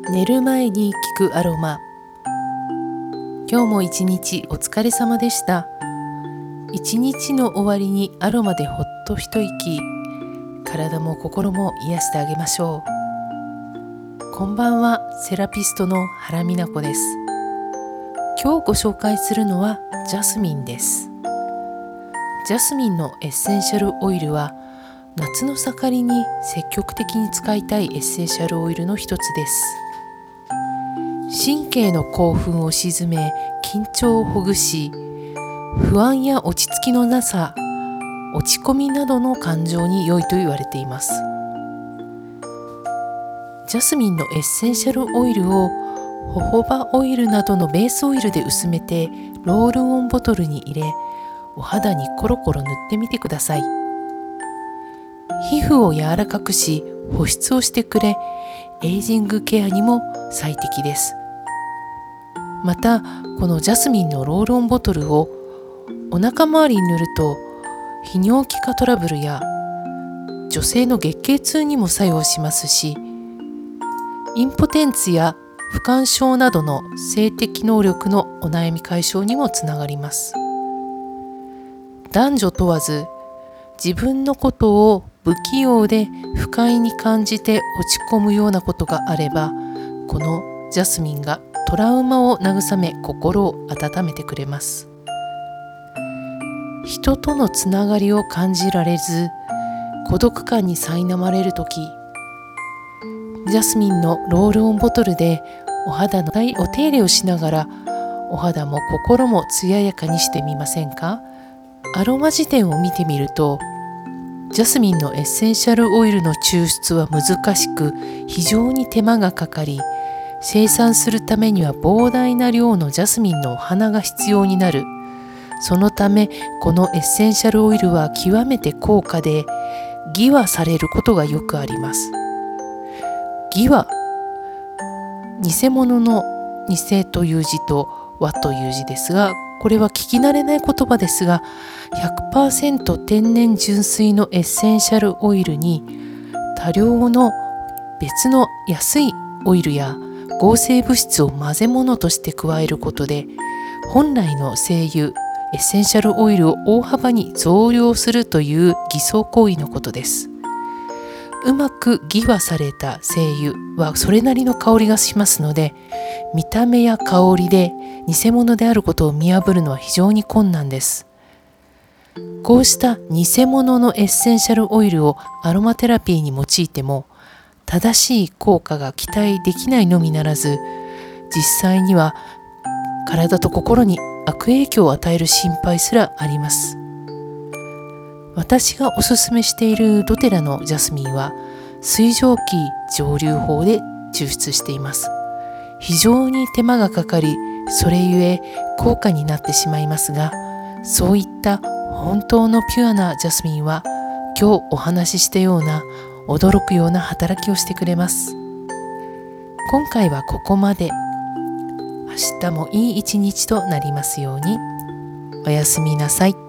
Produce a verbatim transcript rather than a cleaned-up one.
寝る前に聞くアロマ。今日も一日お疲れ様でした。一日の終わりにアロマでほっと一息、体も心も癒してあげましょう。こんばんは、セラピストの原美奈子です。今日ご紹介するのはジャスミンです。ジャスミンのエッセンシャルオイルは夏の盛りに積極的に使いたいエッセンシャルオイルの一つです。神経の興奮を鎮め、緊張をほぐし、不安や落ち着きのなさ、落ち込みなどの感情に良いと言われています。ジャスミンのエッセンシャルオイルをホホバオイルなどのベースオイルで薄めてロールオンボトルに入れ、お肌にコロコロ塗ってみてください。皮膚を柔らかくし、保湿をしてくれ、エイジングケアにも最適です。また、このジャスミンのロールオンボトルをお腹周りに塗ると、泌尿器科トラブルや女性の月経痛にも作用しますし、インポテンツや不感症などの性的能力のお悩み解消にもつながります。男女問わず、自分のことを不器用で不快に感じて落ち込むようなことがあれば、このジャスミンがトラウマを慰め、心を温めてくれます。人とのつながりを感じられず、孤独感に苛まれるとき、ジャスミンのロールオンボトルでお肌のお手入れをしながら、お肌も心も艶やかにしてみませんか？アロマ辞典を見てみると、ジャスミンのエッセンシャルオイルの抽出は難しく、非常に手間がかかり、生産するためには膨大な量のジャスミンのお花が必要になる。そのため、このエッセンシャルオイルは極めて高価で、偽和されることがよくあります。偽和、偽物の偽という字と和という字ですが、これは聞き慣れない言葉ですが、ひゃくパーセント 天然純粋のエッセンシャルオイルに多量の別の安いオイルや合成物質を混ぜ物として加えることで、本来の精油、エッセンシャルオイルを大幅に増量するという偽装行為のことです。うまく偽和された精油はそれなりの香りがしますので、見た目や香りで偽物であることを見破るのは非常に困難です。こうした偽物のエッセンシャルオイルをアロマテラピーに用いても、正しい効果が期待できないのみならず、実際には体と心に悪影響を与える心配すらあります。私がおすすめしているドテラのジャスミンは水蒸気蒸留法で抽出しています。非常に手間がかかり、それゆえ高価になってしまいますが、そういった本当のピュアなジャスミンは今日お話ししたような驚くような働きをしてくれます。今回はここまで。明日もいい一日となりますように。おやすみなさい。